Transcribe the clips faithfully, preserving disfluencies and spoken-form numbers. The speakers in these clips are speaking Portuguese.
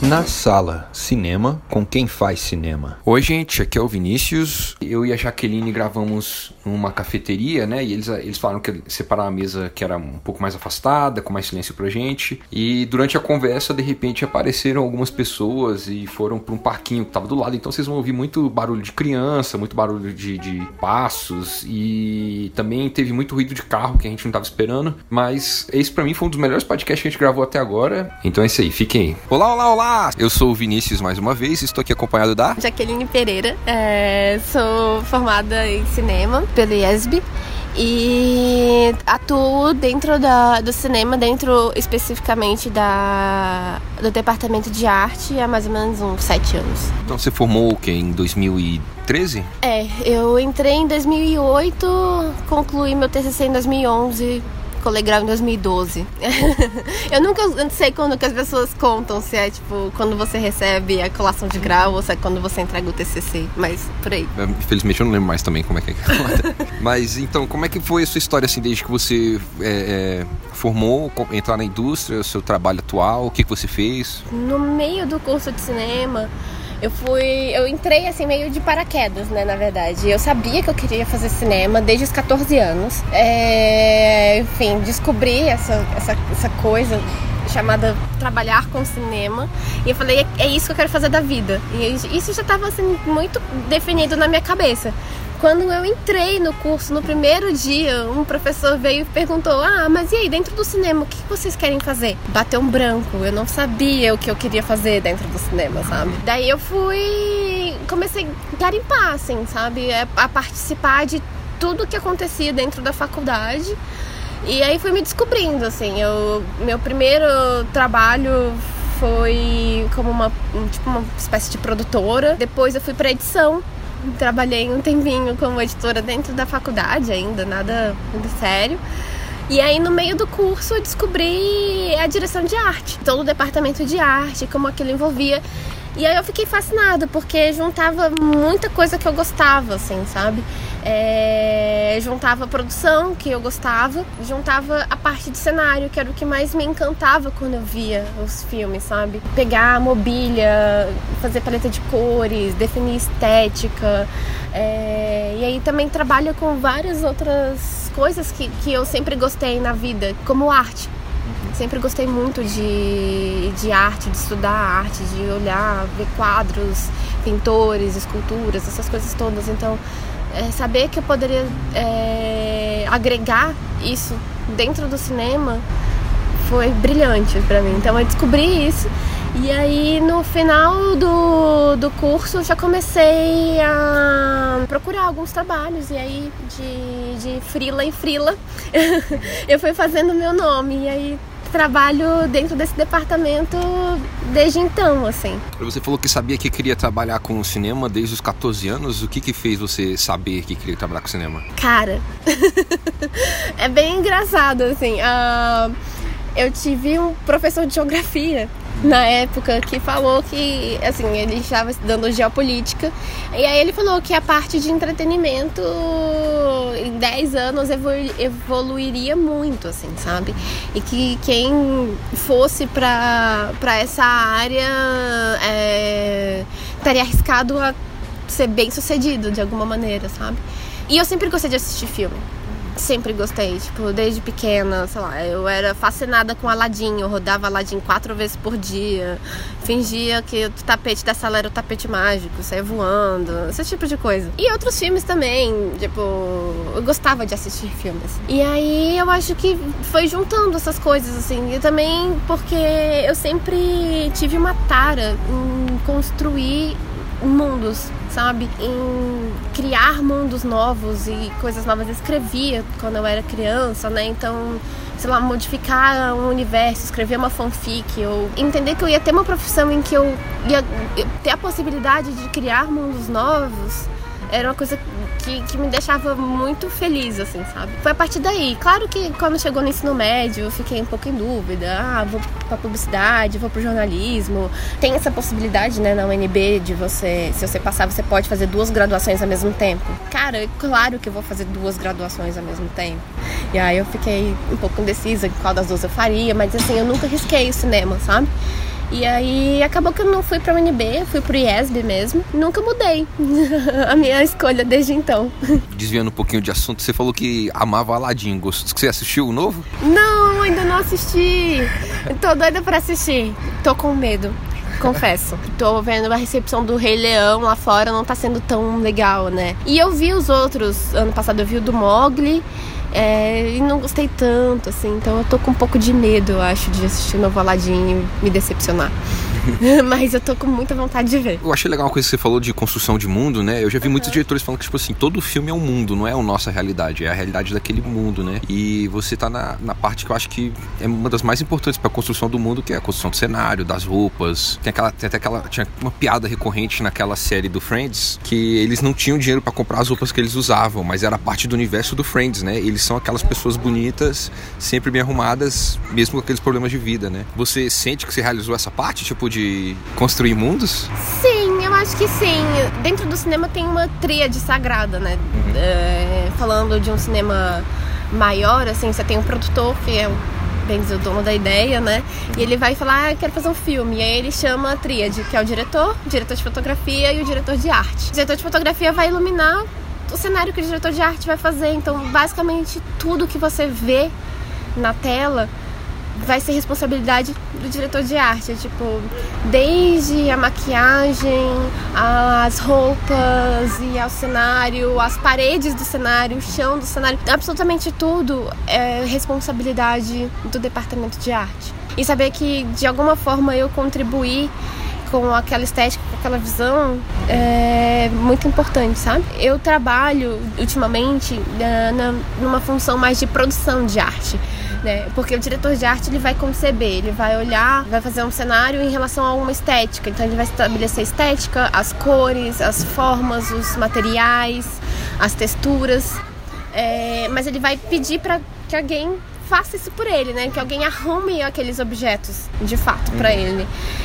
Na Sala, cinema com quem faz cinema. Oi gente, aqui é o Vinícius. Eu e a Jaqueline gravamos numa cafeteria, né? E eles, eles falaram que separaram a mesa que era um pouco mais afastada, com mais silêncio pra gente. E durante a conversa, de repente, apareceram algumas pessoas e foram pra um parquinho que tava do lado. Então vocês vão ouvir muito barulho de criança, muito barulho de, de passos. E também teve muito ruído de carro que a gente não tava esperando. Mas esse pra mim foi um dos melhores podcasts que a gente gravou até agora. Então é isso aí, fiquem aí. Olá, olá, olá! Eu sou o Vinícius mais uma vez, estou aqui acompanhado da... Jaqueline Pereira, é, sou formada em cinema pelo I E S B e atuo dentro da, do cinema, dentro especificamente da, do departamento de arte há mais ou menos uns sete anos. Então você formou o quê? Em dois mil e treze? É, eu entrei em dois mil e oito, concluí meu T C C em dois mil e onze... colegrau em dois mil e doze. Eu nunca sei quando que as pessoas contam, se é tipo quando você recebe a colação de grau ou se é quando você entrega o T C C, mas por aí. Infelizmente eu não lembro mais também como é que é. Mas então, como é que foi a sua história assim, desde que você é, é, formou, entrar na indústria, o seu trabalho atual, o que, que você fez? No meio do curso de cinema, Eu fui, eu entrei assim meio de paraquedas, né, na verdade. Eu sabia que eu queria fazer cinema desde os catorze anos. É, enfim, descobri essa, essa, essa coisa chamada trabalhar com cinema. E eu falei, é, é isso que eu quero fazer da vida. E isso já estava assim, muito definido na minha cabeça. Quando eu entrei no curso, no primeiro dia, um professor veio e perguntou: ah, mas e aí, dentro do cinema, o que vocês querem fazer? Bateu um branco, eu não sabia o que eu queria fazer dentro do cinema, sabe? Daí eu fui, comecei a garimpar, assim, sabe? A participar de tudo que acontecia dentro da faculdade. E aí fui me descobrindo, assim. Eu, meu primeiro trabalho foi como uma, tipo, uma espécie de produtora. Depois eu fui pra edição. Trabalhei um tempinho como editora dentro da faculdade ainda, nada muito sério. E aí no meio do curso eu descobri a direção de arte, todo o departamento de arte, como aquilo envolvia. E aí eu fiquei fascinada, porque juntava muita coisa que eu gostava, assim, sabe? É, juntava a produção, que eu gostava, juntava a parte de cenário, que era o que mais me encantava quando eu via os filmes, sabe? Pegar a mobília, fazer paleta de cores, definir estética. É, e aí também trabalho com várias outras coisas que, que eu sempre gostei na vida, como arte. Sempre gostei muito de, de arte, de estudar arte, de olhar, ver quadros, pintores, esculturas, essas coisas todas. Então, é, saber que eu poderia é, agregar isso dentro do cinema foi brilhante pra mim. Então, eu descobri isso. E aí, no final do, do curso, já comecei a procurar alguns trabalhos. E aí, de, de frila em frila, eu fui fazendo meu nome. E aí, trabalho dentro desse departamento desde então, assim. Você falou que sabia que queria trabalhar com o cinema desde os catorze anos. O que que fez você saber que queria trabalhar com cinema? Cara, é bem engraçado, assim. Uh, eu tive um professor de geografia na época que falou que, assim, ele estava estudando geopolítica, e aí ele falou que a parte de entretenimento em dez anos evolu- evoluiria muito, assim, sabe? E que quem fosse pra, pra essa área é, estaria arriscado a ser bem sucedido de alguma maneira, sabe? E eu sempre gostei de assistir filme. Sempre gostei, tipo, desde pequena, sei lá, eu era fascinada com Aladdin, eu rodava Aladdin quatro vezes por dia, fingia que o tapete da sala era o tapete mágico, saía voando, esse tipo de coisa. E outros filmes também, tipo, eu gostava de assistir filmes. E aí eu acho que foi juntando essas coisas, assim, e também porque eu sempre tive uma tara em construir mundos, sabe? Em criar mundos novos e coisas novas. Eu escrevia quando eu era criança, né? Então, sei lá, modificar um universo, escrever uma fanfic, ou entender que eu ia ter uma profissão em que eu ia ter a possibilidade de criar mundos novos, era uma coisa que, que me deixava muito feliz, assim, sabe? Foi a partir daí. Claro que quando chegou no ensino médio, eu fiquei um pouco em dúvida. Ah, vou pra publicidade, vou pro jornalismo. Tem essa possibilidade, né, na U N B, de você, se você passar, você pode fazer duas graduações ao mesmo tempo. Cara, claro que eu vou fazer duas graduações ao mesmo tempo. E aí eu fiquei um pouco indecisa em qual das duas eu faria, mas assim, eu nunca risquei o cinema, sabe? E aí acabou que eu não fui pra U N B, fui pro I E S B mesmo. Nunca mudei a minha escolha desde então. Desviando um pouquinho de assunto, você falou que amava Aladdin. Você assistiu o novo? Não, ainda não assisti. Tô doida pra assistir. Tô com medo, confesso. Tô vendo a recepção do Rei Leão lá fora, não tá sendo tão legal, né? E eu vi os outros, ano passado eu vi o do Mowgli, é, e não gostei tanto, assim. Então eu tô com um pouco de medo, eu acho, de assistir o novo Aladdin e me decepcionar. Mas eu tô com muita vontade de ver. Eu achei legal uma coisa que você falou de construção de mundo, né? Eu já vi uhum. muitos diretores falando que, tipo assim, todo filme é um mundo, não é a nossa realidade, é a realidade daquele mundo, né? E você tá na, na parte que eu acho que é uma das mais importantes pra construção do mundo, que é a construção do cenário, das roupas. Tem aquela, tem até aquela, tinha uma piada recorrente naquela série do Friends, que eles não tinham dinheiro pra comprar as roupas que eles usavam, mas era parte do universo do Friends, né? Eles são aquelas pessoas bonitas, sempre bem arrumadas, mesmo com aqueles problemas de vida, né? Você sente que você realizou essa parte, tipo, de construir mundos? Sim, eu acho que sim. Dentro do cinema tem uma tríade sagrada, né? Uhum. É, falando de um cinema maior, assim, você tem um produtor, que é o, bem dizer, o dono da ideia, né? Uhum. E ele vai falar, ah, eu quero fazer um filme. E aí ele chama a tríade, que é o diretor, o diretor de fotografia e o diretor de arte. O diretor de fotografia vai iluminar o cenário que o diretor de arte vai fazer. Então, basicamente, tudo que você vê na tela vai ser responsabilidade do diretor de arte, tipo, desde a maquiagem, as roupas e ao cenário, as paredes do cenário, o chão do cenário, absolutamente tudo é responsabilidade do departamento de arte. E saber que, de alguma forma, eu contribuí com aquela estética, com aquela visão, é muito importante, sabe? Eu trabalho, ultimamente, na, numa função mais de produção de arte, né? Porque o diretor de arte, ele vai conceber, ele vai olhar, vai fazer um cenário em relação a uma estética. Então ele vai estabelecer a estética, as cores, as formas, os materiais, as texturas, é, mas ele vai pedir para que alguém faça isso por ele, né? Que alguém arrume aqueles objetos, de fato, para ele.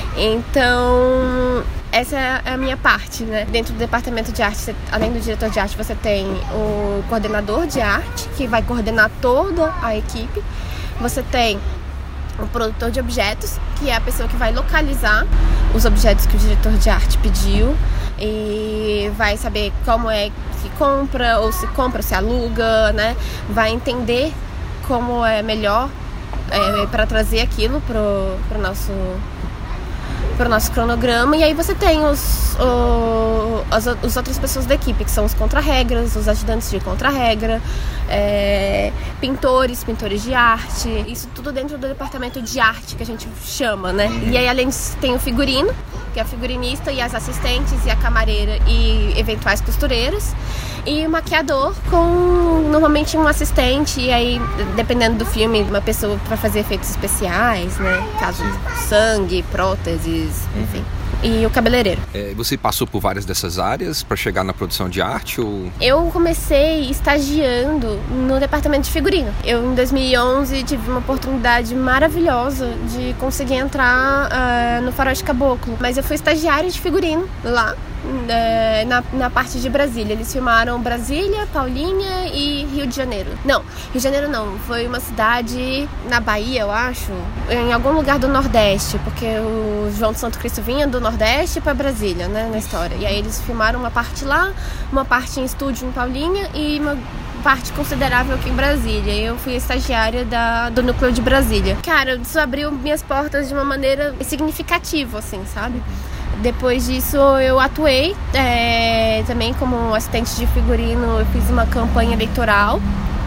Então, essa é a minha parte, né? Dentro do departamento de arte, você, além do diretor de arte, você tem o coordenador de arte, que vai coordenar toda a equipe. Você tem o produtor de objetos, que é a pessoa que vai localizar os objetos que o diretor de arte pediu e vai saber como é que compra, ou se compra, ou se aluga, né? Vai entender como é melhor é, para trazer aquilo pro, pro nosso pro nosso cronograma. E aí você tem os, o, as, as outras pessoas da equipe, que são os contra-regras, os ajudantes de contra-regra, é, pintores, pintores de arte, isso tudo dentro do departamento de arte que a gente chama, né? E aí além disso tem o figurino, que é a figurinista e as assistentes e a camareira e eventuais costureiras, e o maquiador com normalmente um assistente, e aí dependendo do filme, uma pessoa para fazer efeitos especiais, né? Caso sangue, próteses, enfim. E o cabeleireiro. É, você passou por várias dessas áreas para chegar na produção de arte? Ou... Eu comecei estagiando no departamento de figurino. Eu, em dois mil e onze, tive uma oportunidade maravilhosa de conseguir entrar uh, no Faroeste Caboclo. Mas eu fui estagiária de figurino lá, uh, na, na parte de Brasília. Eles filmaram Brasília, Paulinha e Rio de Janeiro. Não, Rio de Janeiro não. Foi uma cidade na Bahia, eu acho, em algum lugar do Nordeste, porque o João de Santo Cristo vinha do Nordeste para Brasília, né, na história. E aí eles filmaram uma parte lá, uma parte em estúdio em Paulinha e uma parte considerável aqui em Brasília. E eu fui estagiária da, do núcleo de Brasília. Cara, isso abriu minhas portas de uma maneira significativa, assim, sabe? Depois disso eu atuei é, também como assistente de figurino. Eu fiz uma campanha eleitoral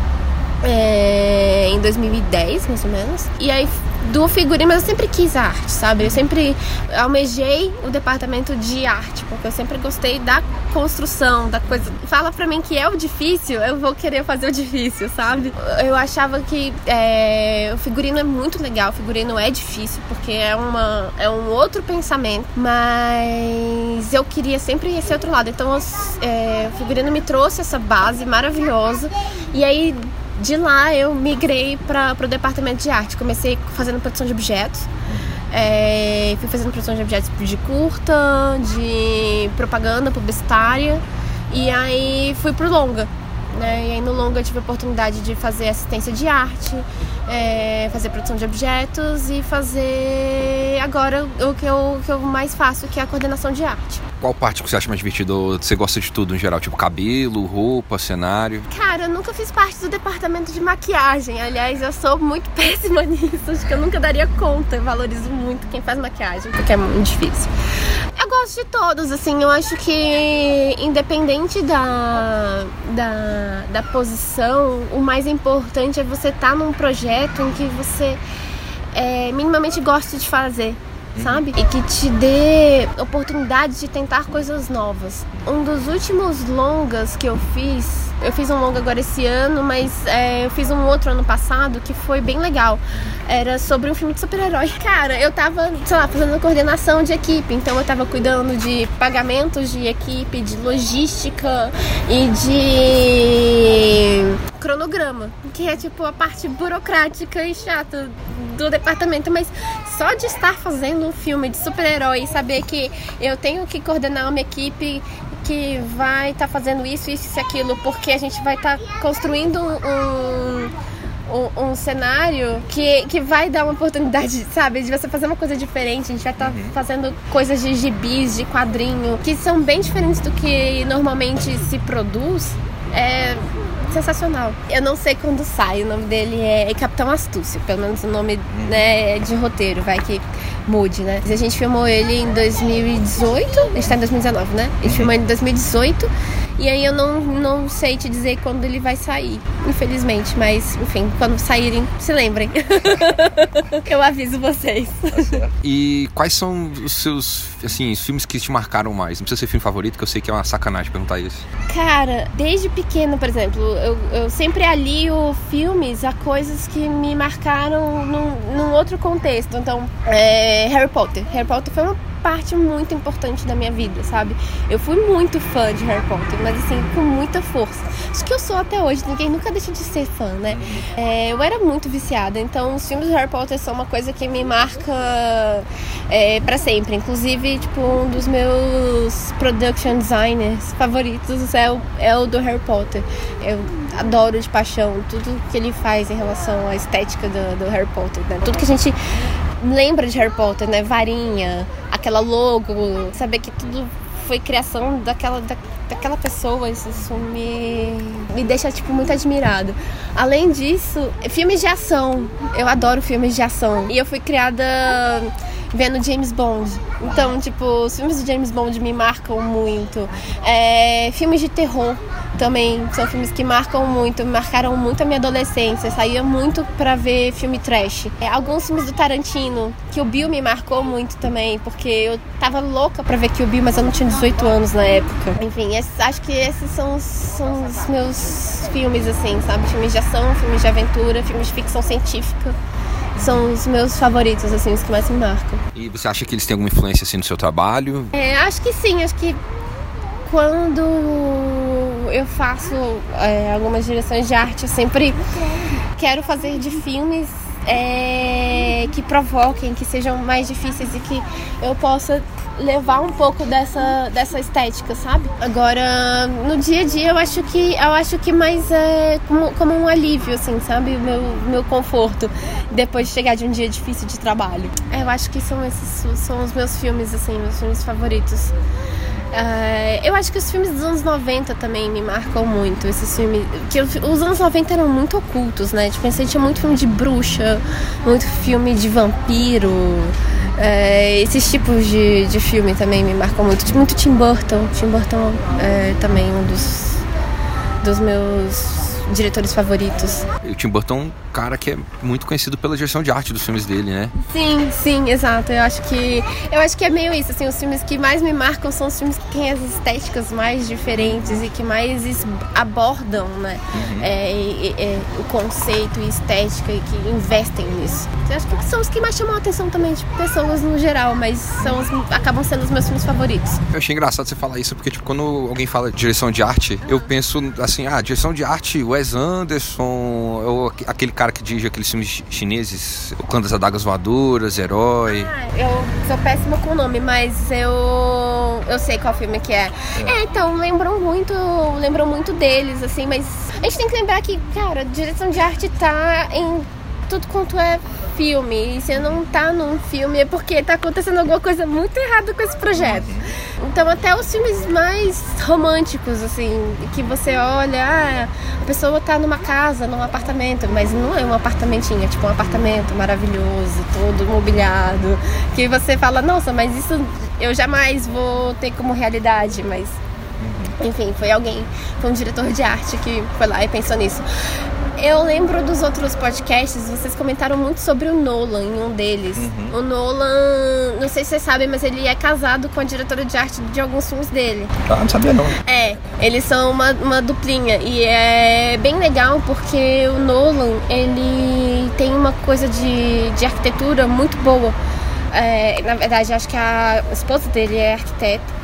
é, em dois mil e dez, mais ou menos. E aí do figurino, mas eu sempre quis arte, sabe? Eu sempre almejei o departamento de arte, porque eu sempre gostei da construção, da coisa. Fala pra mim que é o difícil, eu vou querer fazer o difícil, sabe? Eu achava que é, o figurino é muito legal, o figurino é difícil, porque é, uma, é um outro pensamento, mas eu queria sempre esse outro lado. Então é, o figurino me trouxe essa base maravilhosa, e aí de lá eu migrei para o departamento de arte. Comecei fazendo produção de objetos, é, fui fazendo produção de objetos de curta, de propaganda publicitária, e aí fui pro longa, né? E aí no longa eu tive a oportunidade de fazer assistência de arte, é, fazer produção de objetos e fazer agora o que eu, o que eu mais faço, que é a coordenação de arte. Qual parte que você acha mais divertido? Você gosta de tudo em geral? Tipo cabelo, roupa, cenário? Cara, eu nunca fiz parte do departamento de maquiagem. Aliás, eu sou muito péssima nisso. Acho que eu nunca daria conta. Eu valorizo muito quem faz maquiagem, porque é muito difícil. Eu gosto de todos, assim. Eu acho que independente da, da, da posição, o mais importante é você estar num projeto em que você é, minimamente gosta de fazer, sabe? E que te dê oportunidade de tentar coisas novas. Um dos últimos longas que eu fiz, eu fiz um longa agora esse ano, mas é, eu fiz um outro ano passado que foi bem legal. Era sobre um filme de super-herói. Cara, eu tava, sei lá, fazendo coordenação de equipe, então eu tava cuidando de pagamentos de equipe, de logística e de cronograma, que é tipo a parte burocrática e chata do departamento, mas só de estar fazendo um filme de super-herói e saber que eu tenho que coordenar uma equipe que vai estar tá fazendo isso, isso e aquilo, porque a gente vai estar tá construindo um, um, um cenário que, que vai dar uma oportunidade, sabe, de você fazer uma coisa diferente. A gente vai estar tá uhum. fazendo coisas de gibis, de quadrinho, que são bem diferentes do que normalmente se produz. É sensacional. Eu não sei quando sai, o nome dele é Capitão Astúcia, pelo menos o nome, né, é de roteiro, vai que mude, né? A gente filmou ele em dois mil e dezoito, a gente tá em dois mil e dezenove, né? A gente filmou ele em dois mil e dezoito e aí eu não, não sei te dizer quando ele vai sair, infelizmente, mas enfim, quando saírem, se lembrem. Eu aviso vocês. E quais são os seus, assim, os filmes que te marcaram mais? Não precisa ser filme favorito, que eu sei que é uma sacanagem perguntar isso. Cara, desde pequeno, por exemplo, eu, eu sempre alio filmes a coisas que me marcaram num, num outro contexto. Então, é, Harry Potter. Harry Potter foi uma parte muito importante da minha vida, sabe? Eu fui muito fã de Harry Potter, mas assim, com muita força. Acho que eu sou até hoje, ninguém nunca deixa de ser fã, né? É, eu era muito viciada, então os filmes de Harry Potter são uma coisa que me marca é, pra sempre. Inclusive, tipo, um dos meus production designers favoritos é o, é o do Harry Potter. Eu adoro de paixão tudo que ele faz em relação à estética do, do Harry Potter, né? Tudo que a gente lembra de Harry Potter, né? Varinha, aquela logo, saber que tudo foi criação daquela, da, daquela pessoa, isso, isso me, me deixa, tipo, muito admirada. Além disso, filmes de ação. Eu adoro filmes de ação. E eu fui criada vendo James Bond. Então, tipo, os filmes do James Bond me marcam muito. É, filmes de terror também são filmes que marcam muito, me marcaram muito a minha adolescência. Eu saía muito pra ver filme trash. É, alguns filmes do Tarantino, Kill Bill me marcou muito também, porque eu tava louca pra ver Kill Bill, mas eu não tinha dezoito anos na época. Enfim, esses, acho que esses são, são os meus filmes, assim, sabe? Filmes de ação, filmes de aventura, filmes de ficção científica. São os meus favoritos, assim, os que mais me marcam. E você acha que eles têm alguma influência, assim, no seu trabalho? É, acho que sim, acho que quando eu faço é, algumas direções de arte, eu sempre quero fazer de filmes é, que provoquem, que sejam mais difíceis e que eu possa levar um pouco dessa, dessa estética, sabe? Agora, no dia a dia, eu acho que, eu acho que mais é como, como um alívio, assim, sabe? O meu, meu conforto depois de chegar de um dia difícil de trabalho. Eu acho que são esses são os meus filmes, assim, meus filmes favoritos. Uh, eu acho que os filmes dos anos noventa também me marcam muito. Esses filmes, que eu, os anos noventa eram muito ocultos, né? Tipo, você tinha muito filme de bruxa, muito filme de vampiro. Uh, esses tipos de, de filme também me marcam muito. Muito Tim Burton. Tim Burton é também um dos, dos meus diretores favoritos. O Tim Burton é um cara que é muito conhecido pela direção de arte dos filmes dele, né? Sim, sim, exato. Eu acho que eu acho que é meio isso, assim, os filmes que mais me marcam são os filmes que têm as estéticas mais diferentes e que mais abordam, né? Uhum. É, é, é, o conceito e estética e que investem nisso. Eu acho que são os que mais chamam a atenção também de pessoas no geral, mas são os, acabam sendo os meus filmes favoritos. Eu achei engraçado você falar isso, porque tipo, quando alguém fala de direção de arte, eu penso assim, ah, direção de arte, o Wes Anderson, ou aquele cara que dirige aqueles filmes chineses, O Clã das Adagas Voadoras, Herói. Ah, eu sou péssima com o nome, mas eu eu sei qual filme que é. É, é então, lembram muito, lembram muito deles, assim, mas a gente tem que lembrar que, cara, a direção de arte tá em tudo quanto é filme. E se não tá num filme é porque tá acontecendo alguma coisa muito errada com esse projeto. Então até os filmes mais românticos, assim, que você olha, ah, a pessoa tá numa casa, num apartamento, mas não é um apartamentinho, é tipo um apartamento maravilhoso, todo mobiliado, que você fala, nossa, mas isso eu jamais vou ter como realidade, mas enfim, foi alguém, foi um diretor de arte que foi lá e pensou nisso. Eu lembro dos outros podcasts, vocês comentaram muito sobre o Nolan em um deles. Uhum. O Nolan, não sei se vocês sabem, mas ele é casado com a diretora de arte de alguns filmes dele. Ah, não sabia não. É, eles são uma, uma duplinha e é bem legal porque o Nolan, ele tem uma coisa de, de arquitetura muito boa. É, na verdade, acho que a esposa dele é arquiteta.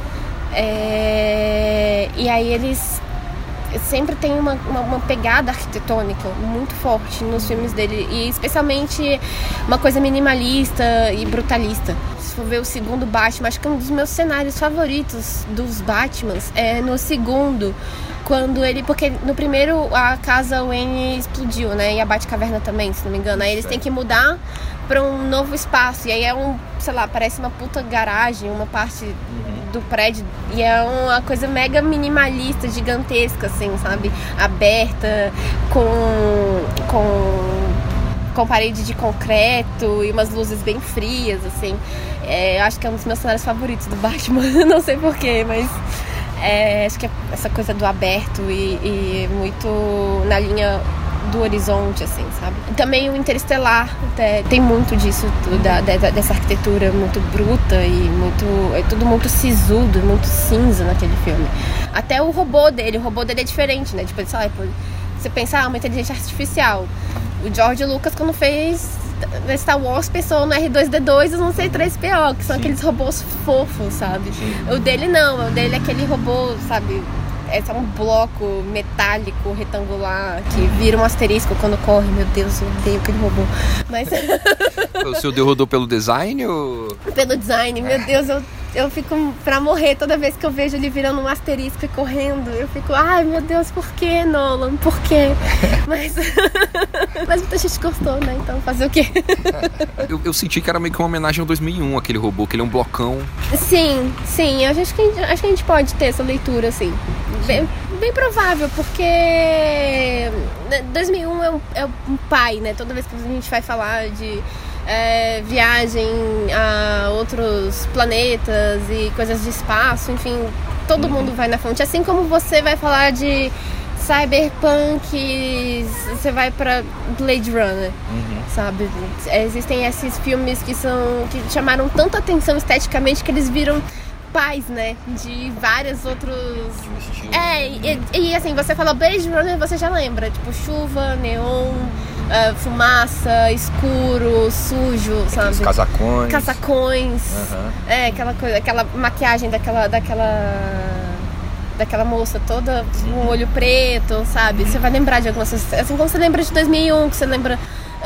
É, e aí eles sempre tem uma, uma, uma pegada arquitetônica muito forte nos filmes dele, e especialmente uma coisa minimalista e brutalista. Se for ver o segundo Batman, acho que um dos meus cenários favoritos dos Batmans é no segundo, quando ele, porque no primeiro a casa Wayne explodiu, né, e a Batcaverna também, se não me engano, aí eles têm que mudar para um novo espaço, e aí é um, sei lá, parece uma puta garagem, uma parte do prédio, e é uma coisa mega minimalista, gigantesca, assim, sabe? Aberta, com, com, com parede de concreto e umas luzes bem frias, assim. É, acho que é um dos meus cenários favoritos do Batman, não sei porquê, mas é, acho que é essa coisa do aberto e, e muito na linha do horizonte, assim, sabe? Também o Interestelar tem muito disso, da, da, dessa arquitetura muito bruta e muito, é tudo muito sisudo, muito cinza naquele filme. Até o robô dele, o robô dele é diferente, né? Tipo, sei lá, você pensa, ah, uma inteligência artificial. O George Lucas, quando fez Star Wars, pensou no R dois D dois e no C três P O, que são Sim. aqueles robôs fofos, sabe? Sim. O dele não, o dele é aquele robô, sabe? É só um bloco metálico, retangular, que vira um asterisco quando corre. Meu Deus, eu odeio aquele robô. Mas... O seu Deus rodou pelo design ou... Pelo design, meu Deus, eu, eu fico pra morrer toda vez que eu vejo ele virando um asterisco e correndo. Eu fico, ai meu Deus, por que, Nolan? Por quê? Mas... Mas muita gente gostou, né? Então fazer o quê? eu, eu senti que era meio que uma homenagem ao dois mil e um, aquele robô, que ele é um blocão. Sim, sim, eu acho que, acho que a gente pode ter essa leitura, assim. Bem, bem provável, porque dois mil e um é um, é um pai, né? Toda vez que a gente vai falar de é, viagem a outros planetas e coisas de espaço, enfim, todo uhum. mundo vai na fonte. Assim como você vai falar de cyberpunk, você vai pra Blade Runner, uhum. sabe? Existem esses filmes que são que chamaram tanta atenção esteticamente que eles viram pais, né, de vários outros... É, e, e assim, você fala Blade Runner, você já lembra, tipo, chuva, neon, uh, fumaça, escuro, sujo, sabe? Aqueles casacões. Casacões. Uhum. É, aquela coisa, aquela maquiagem daquela... daquela... daquela moça toda com um olho preto, sabe? Você vai lembrar de algumas coisas. Assim como você lembra de dois mil e um, que você lembra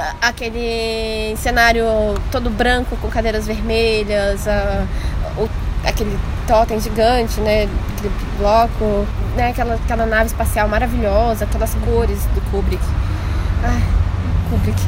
aquele cenário todo branco com cadeiras vermelhas, a, o, aquele totem gigante, né? Aquele bloco, né? Aquela, aquela nave espacial maravilhosa, aquelas cores do Kubrick. Ai, Kubrick.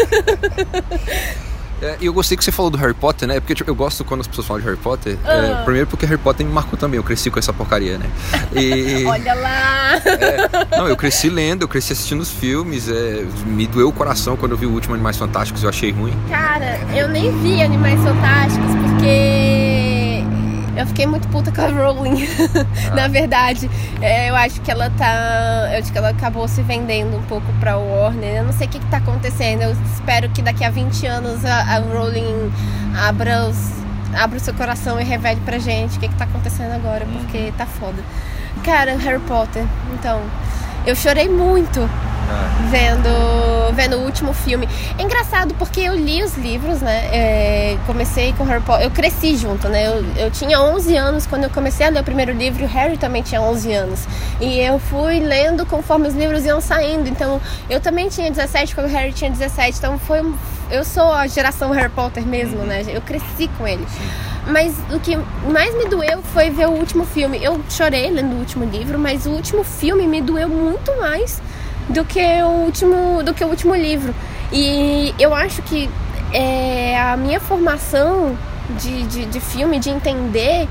É, eu gostei que você falou do Harry Potter, né? Porque tipo, eu gosto quando as pessoas falam de Harry Potter. Ah. É, primeiro porque Harry Potter me marcou também. Eu cresci com essa porcaria, né? E, olha lá! É, não, eu cresci lendo, eu cresci assistindo os filmes. É, me doeu o coração quando eu vi o último Animais Fantásticos. Eu achei ruim. Cara, eu nem vi Animais Fantásticos porque... eu fiquei muito puta com a Rowling, ah. na verdade. É, eu acho que ela tá... Eu acho que ela acabou se vendendo um pouco pra Warner. Eu não sei o que, que tá acontecendo. Eu espero que daqui a vinte anos a, a Rowling abra, os, abra o seu coração e revele pra gente o que, que tá acontecendo agora, porque tá foda. Cara, Harry Potter, então... eu chorei muito ah. vendo, vendo o último filme. É engraçado porque eu li os livros, né? É, comecei com Harry Potter. Eu cresci junto, né? Eu, eu tinha onze anos quando eu comecei a ler o primeiro livro. E o Harry também tinha onze anos. E eu fui lendo conforme os livros iam saindo. Então, eu também tinha dezessete quando o Harry tinha dezessete. Então, foi um, eu sou a geração Harry Potter mesmo, né? Eu cresci com ele. Mas o que mais me doeu foi ver o último filme. Eu chorei lendo o último livro, mas o último filme me doeu muito mais do que o último, do que o último livro. E eu acho que é, a minha formação de, de, de filme, de entender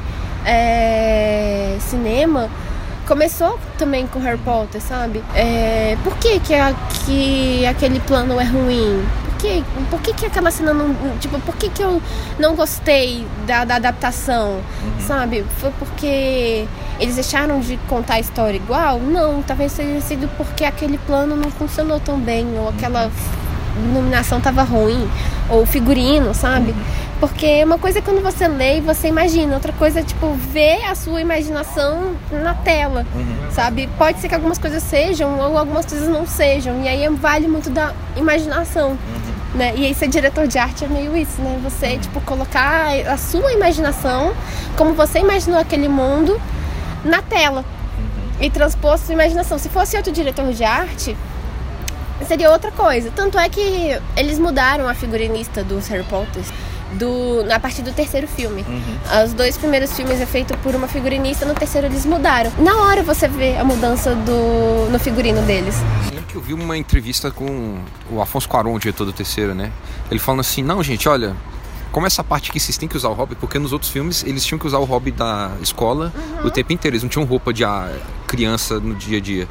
é, cinema, começou também com Harry Potter, sabe? É, por que, que, a, que aquele plano é ruim? Por que, por que, que aquela cena não... Tipo, por que, que eu não gostei da, da adaptação, uhum. sabe? Foi porque eles deixaram de contar a história igual? Não, talvez tenha sido porque aquele plano não funcionou tão bem, ou aquela iluminação tava ruim, ou o figurino, sabe? Uhum. Porque uma coisa é quando você lê e você imagina, outra coisa é, tipo, ver a sua imaginação na tela, uhum. sabe? Pode ser que algumas coisas sejam ou algumas coisas não sejam, e aí vale muito da imaginação, uhum. né? E aí ser diretor de arte é meio isso, né? Você, uhum. tipo, colocar a sua imaginação, como você imaginou aquele mundo, na tela, uhum. e transpor a sua imaginação. Se fosse outro diretor de arte, seria outra coisa. Tanto é que eles mudaram a figurinista dos Harry Potter Do, a partir do terceiro filme. Uhum. Os dois primeiros filmes é feito por uma figurinista, no terceiro eles mudaram. Na hora você vê a mudança do, no figurino deles. Eu lembro que eu vi uma entrevista com o Afonso Cuarón, o diretor do terceiro, né? Ele falando assim, não, gente, olha, como essa parte aqui vocês têm que usar o hobby, porque nos outros filmes eles tinham que usar o hobby da escola uhum. o tempo inteiro, eles não tinham roupa de ah, criança no dia a dia.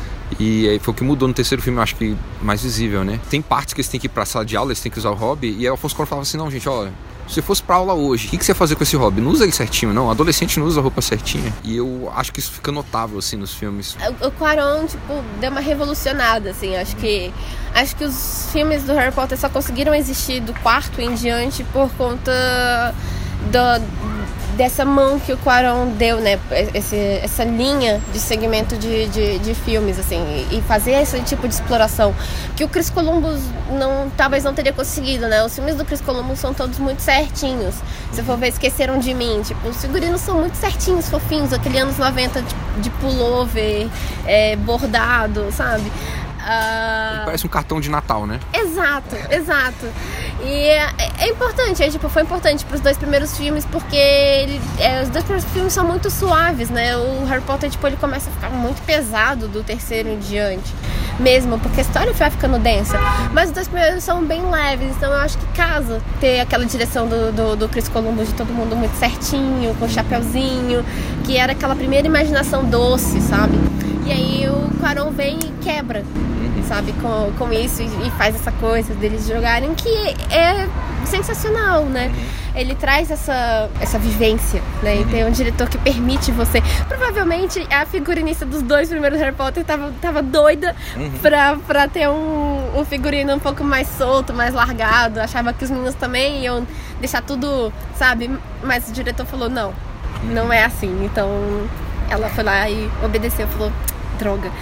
E aí foi o que mudou no terceiro filme, eu acho que mais visível, né? Tem partes que eles têm que ir pra sala de aula, eles têm que usar o hobby. E aí o Afonso Cuarón falava assim, não, gente, olha, se você fosse pra aula hoje, o que, que você ia fazer com esse hobby? Não usa ele certinho, não. Adolescente não usa a roupa certinha. E eu acho que isso fica notável, assim, nos filmes. O, o Cuarón, tipo, deu uma revolucionada, assim. Acho que, acho que os filmes do Harry Potter só conseguiram existir do quarto em diante por conta do... dessa mão que o Cuarón deu, né, Esse, essa linha de segmento de, de, de filmes, assim, e fazer esse tipo de exploração que o Chris Columbus não, talvez não teria conseguido, né, os filmes do Chris Columbus são todos muito certinhos, se for ver, Esqueceram de Mim, tipo, os figurinos são muito certinhos, fofinhos, aquele anos noventa de, de pullover, é, bordado, sabe? Uh... Parece um cartão de Natal, né? Exato, exato. E é, é importante, é, tipo, foi importante para os dois primeiros filmes porque ele, é, os dois primeiros filmes são muito suaves, né? O Harry Potter, tipo, ele começa a ficar muito pesado do terceiro em diante, mesmo, porque a história vai ficando densa. Mas os dois primeiros são bem leves, então eu acho que casa ter aquela direção do, do, do Chris Columbus de todo mundo muito certinho, com o chapeuzinho, que era aquela primeira imaginação doce, sabe? E aí o Cuarón vem e quebra, sabe, com, com isso e, e faz essa coisa deles jogarem que é sensacional, né? Ele traz essa, essa vivência, né? E tem um diretor que permite você... Provavelmente a figurinista dos dois primeiros Harry Potter tava, tava doida uhum. pra, pra ter um, um figurino um pouco mais solto, mais largado. Achava que os meninos também iam deixar tudo, sabe? Mas o diretor falou, não, não é assim. Então ela foi lá e obedeceu, falou... droga.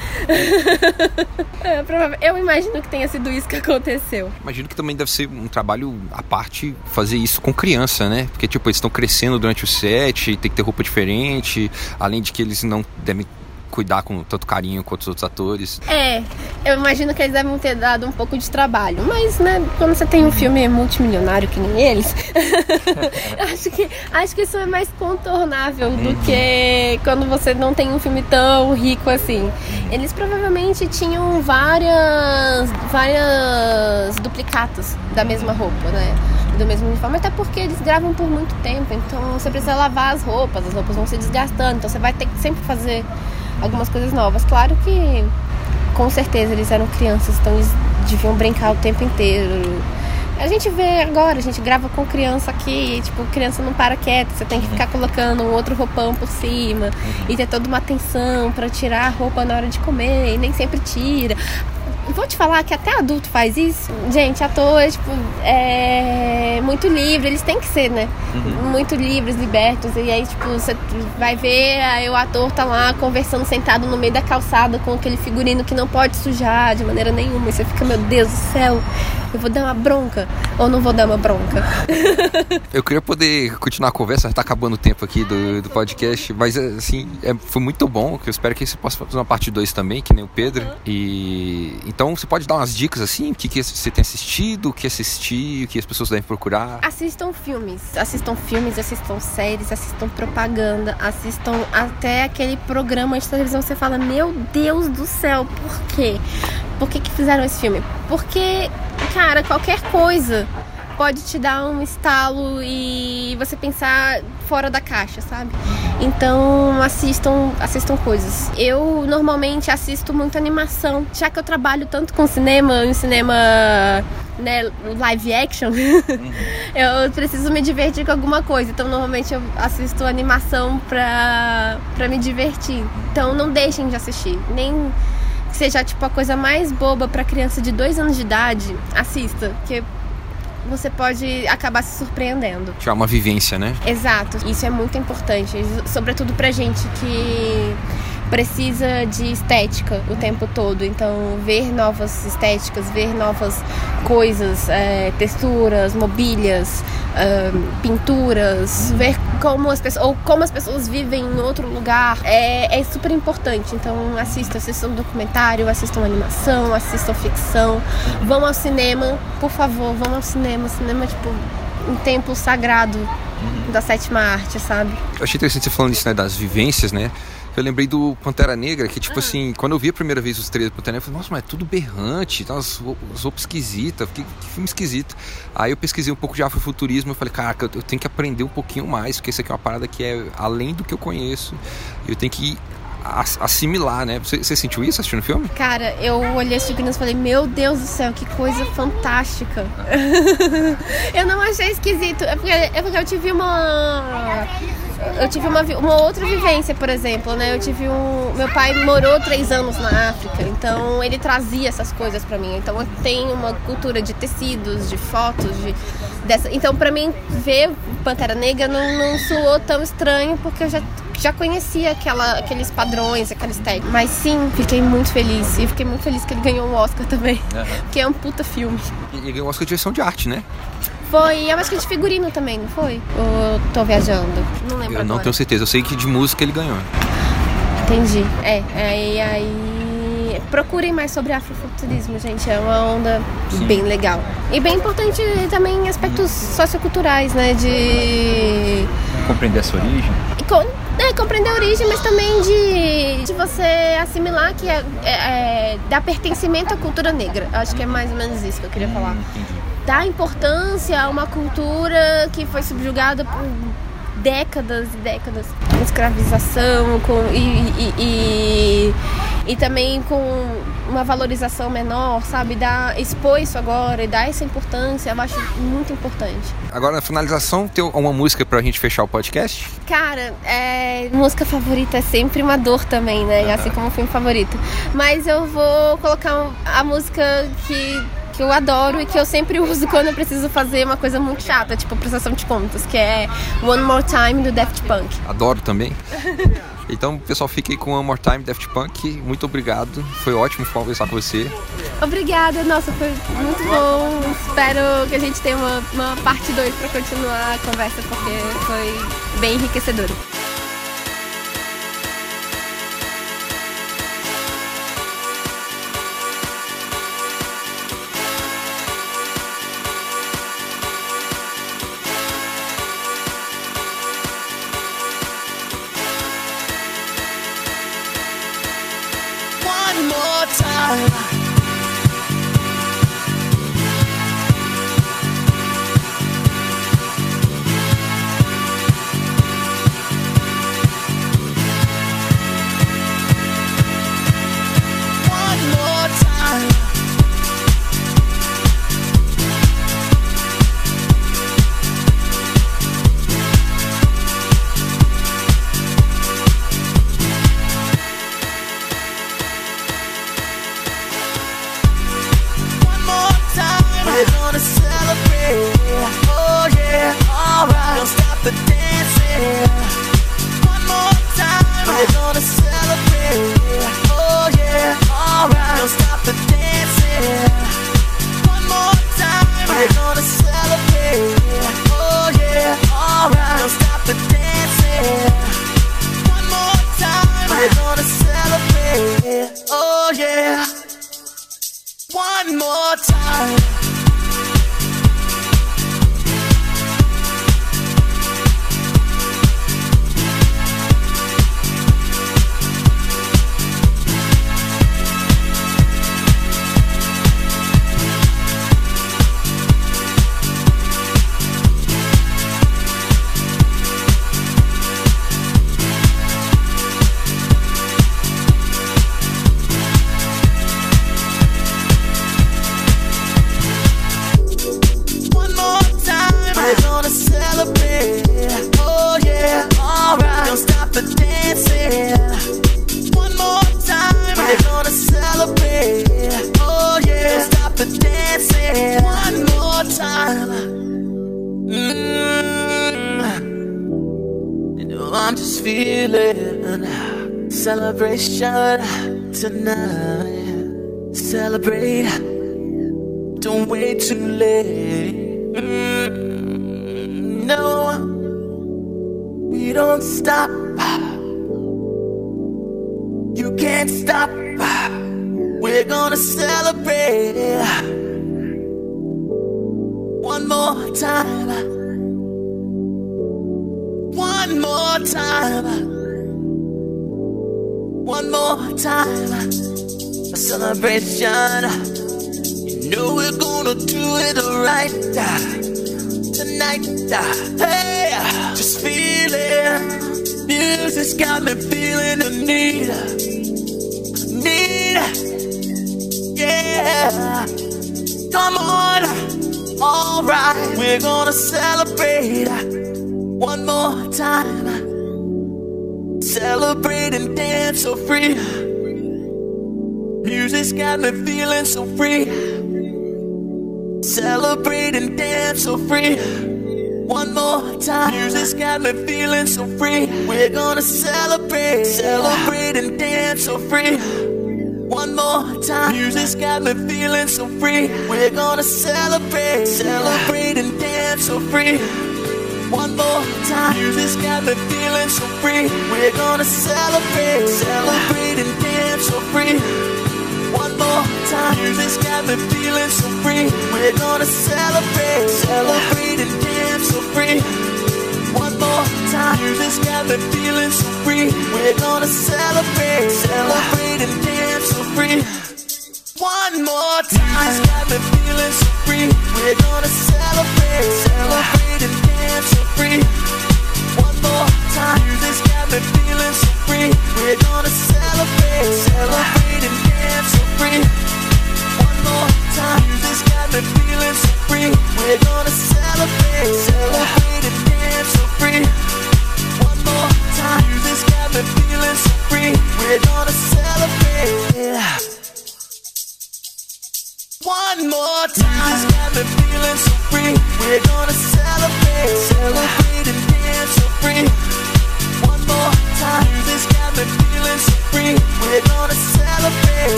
Eu imagino que tenha sido isso que aconteceu. Imagino que também deve ser um trabalho à parte fazer isso com criança, né? Porque, tipo, eles estão crescendo durante o set, tem que ter roupa diferente, além de que eles não devem cuidar com tanto carinho quanto os outros atores. É, eu imagino que eles devem ter dado um pouco de trabalho, mas, né, quando você tem um filme multimilionário que nem eles, acho que, acho que isso é mais contornável do que quando você não tem um filme tão rico assim. Eles provavelmente tinham várias, várias duplicatas da mesma roupa, né? Do mesmo uniforme, até porque eles gravam por muito tempo, então você precisa lavar as roupas, as roupas vão se desgastando, então você vai ter que sempre fazer algumas coisas novas. Claro que com certeza eles eram crianças, então eles deviam brincar o tempo inteiro. A gente vê agora, a gente grava com criança aqui, tipo, criança não para quieta, você tem que ficar colocando um outro roupão por cima e ter toda uma atenção pra tirar a roupa na hora de comer, e nem sempre tira. vou te falar que até adulto faz isso. Gente, ator, tipo, é muito livre, eles têm que ser, né? Uhum. Muito livres, libertos. E aí, tipo, você vai ver, aí o ator tá lá conversando, sentado no meio da calçada com aquele figurino que não pode sujar de maneira nenhuma. E você fica, meu Deus do céu, eu vou dar uma bronca ou não vou dar uma bronca? Eu queria poder continuar a conversa, tá acabando o tempo aqui do, do podcast, mas assim, é, foi muito bom, que eu espero que você possa fazer uma parte dois também, que nem o Pedro. Uhum. E então você pode dar umas dicas assim, o que, que você tem assistido, o que assistir, o que as pessoas devem procurar? Assistam filmes, assistam filmes, assistam séries, assistam propaganda, assistam até aquele programa de televisão que você fala, meu Deus do céu, por quê? Por que que fizeram esse filme? Porque, cara, qualquer coisa pode te dar um estalo e você pensar fora da caixa, sabe? Então assistam, assistam coisas. Eu normalmente assisto muita animação, já que eu trabalho tanto com cinema, em cinema, né, live action, uhum. Eu preciso me divertir com alguma coisa. Então normalmente eu assisto animação pra, pra me divertir. Então não deixem de assistir, nem que seja tipo a coisa mais boba pra criança de dois anos de idade, assista, porque você pode acabar se surpreendendo. Já é uma vivência, né? Exato. Isso é muito importante, sobretudo pra gente que precisa de estética o tempo todo. Então, ver novas estéticas, ver novas coisas, é, texturas, mobílias, é, pinturas, ver como as pessoas, ou como as pessoas vivem em outro lugar, é, é super importante. Então, assistam, assistam documentário, assistam animação, assistam ficção, vão ao cinema, por favor, vão ao cinema. Cinema, tipo, um templo sagrado da sétima arte, sabe? Eu achei interessante você falando isso, né, das vivências, né? Eu lembrei do Pantera Negra, que tipo ah. assim, quando eu vi a primeira vez os trailers do Pantera Negra, eu falei, nossa, mas é tudo berrante, tá, as roupas esquisitas, que, que filme esquisito. Aí eu pesquisei um pouco de afrofuturismo, eu falei, caraca, eu, eu tenho que aprender um pouquinho mais, porque isso aqui é uma parada que é além do que eu conheço, eu tenho que assimilar, né? Você, você sentiu isso assistindo o filme? Cara, eu olhei os figurinos e falei, meu Deus do céu, que coisa fantástica. Eu não achei esquisito, é porque, é porque eu tive uma... Eu tive uma, uma outra vivência, por exemplo, né? Eu tive um... Meu pai morou três anos na África, então ele trazia essas coisas pra mim. Então eu tenho uma cultura de tecidos, de fotos, de... Dessa... Então pra mim, ver Pantera Negra não, não soou tão estranho, porque eu já... já conhecia aquela, aqueles padrões, aquela estética. Mas sim, fiquei muito feliz. E fiquei muito feliz que ele ganhou um Oscar também. Uhum. Porque é um puta filme. E ele ganhou um Oscar de direção de arte, né? Foi, eu acho que de figurino também, não foi? Ou tô viajando? Não lembro Eu agora. não tenho certeza, eu sei que de música ele ganhou. Entendi. É, aí... aí... Procurem mais sobre afrofuturismo, gente. É uma onda Sim. bem legal. E bem importante também em aspectos socioculturais, né? De... Compreender essa origem. Com... É, compreender a origem, mas também de, de você assimilar que é, é, é dar pertencimento à cultura negra. Acho que é mais ou menos isso que eu queria falar. Entendi. Dar importância a uma cultura que foi subjugada por décadas e décadas. Com escravização, com, e, e, e, e também com uma valorização menor, sabe? Dar, expor isso agora e dar essa importância, eu acho muito importante. Agora, na finalização, tem uma música pra gente fechar o podcast? Cara, é, música favorita é sempre uma dor também, né? Uhum. Assim como o filme favorito. Mas eu vou colocar a música que... que eu adoro e que eu sempre uso quando eu preciso fazer uma coisa muito chata, tipo prestação de contas, que é One More Time do Daft Punk. Adoro também. Então, pessoal, fique aí com One More Time, Daft Punk. Muito obrigado. Foi ótimo conversar com você. Obrigada. Nossa, foi muito bom. Espero que a gente tenha uma, uma parte dois para continuar a conversa, porque foi bem enriquecedora. the dancing. One more time, we're gonna celebrate. Oh yeah, alright. Don't stop the dancing. One more time, we're gonna celebrate. Oh yeah, alright. Don't stop the dancing. One more time, we're gonna celebrate. Oh yeah. One more time. Celebration tonight. Celebrate. Don't wait too late. Mm, no, we don't stop. You can't stop. We're gonna celebrate. One more time. One more time. One more time, a celebration. You know we're gonna do it right tonight. Hey, just feel it. Music's got me feeling the need, need. Yeah, come on, alright. We're gonna celebrate one more time. Celebrate and dance so free. Music's got me feeling so free. Celebrate and dance so free. One more time. Music's got me feeling so free. We're gonna celebrate. Celebrate and dance so free. One more time. Music's got me feeling so free. We're gonna celebrate. Celebrate and dance so free. One more time. Music's got me feeling so free. We're gonna celebrate. Celebrate and dance so free. One more time. Music's got me feeling so free. We're gonna celebrate. Celebrate and dance so free. One more time. Music's got me feeling so free. We're gonna celebrate. Celebrate and dance so free. One more time. Music's got me feeling so free. We're gonna celebrate. Celebrate and dance so free. One more time. Music's got me feeling so free. We're gonna celebrate. Celebrate and dance so free. One more time. Music's got me feeling so free. We're gonna celebrate. Celebrate and dance so free. One more time. Music's got me feeling so free. We're gonna celebrate. One more time. Music's got me feeling so free. We're gonna celebrate. Celebrate and dance so free.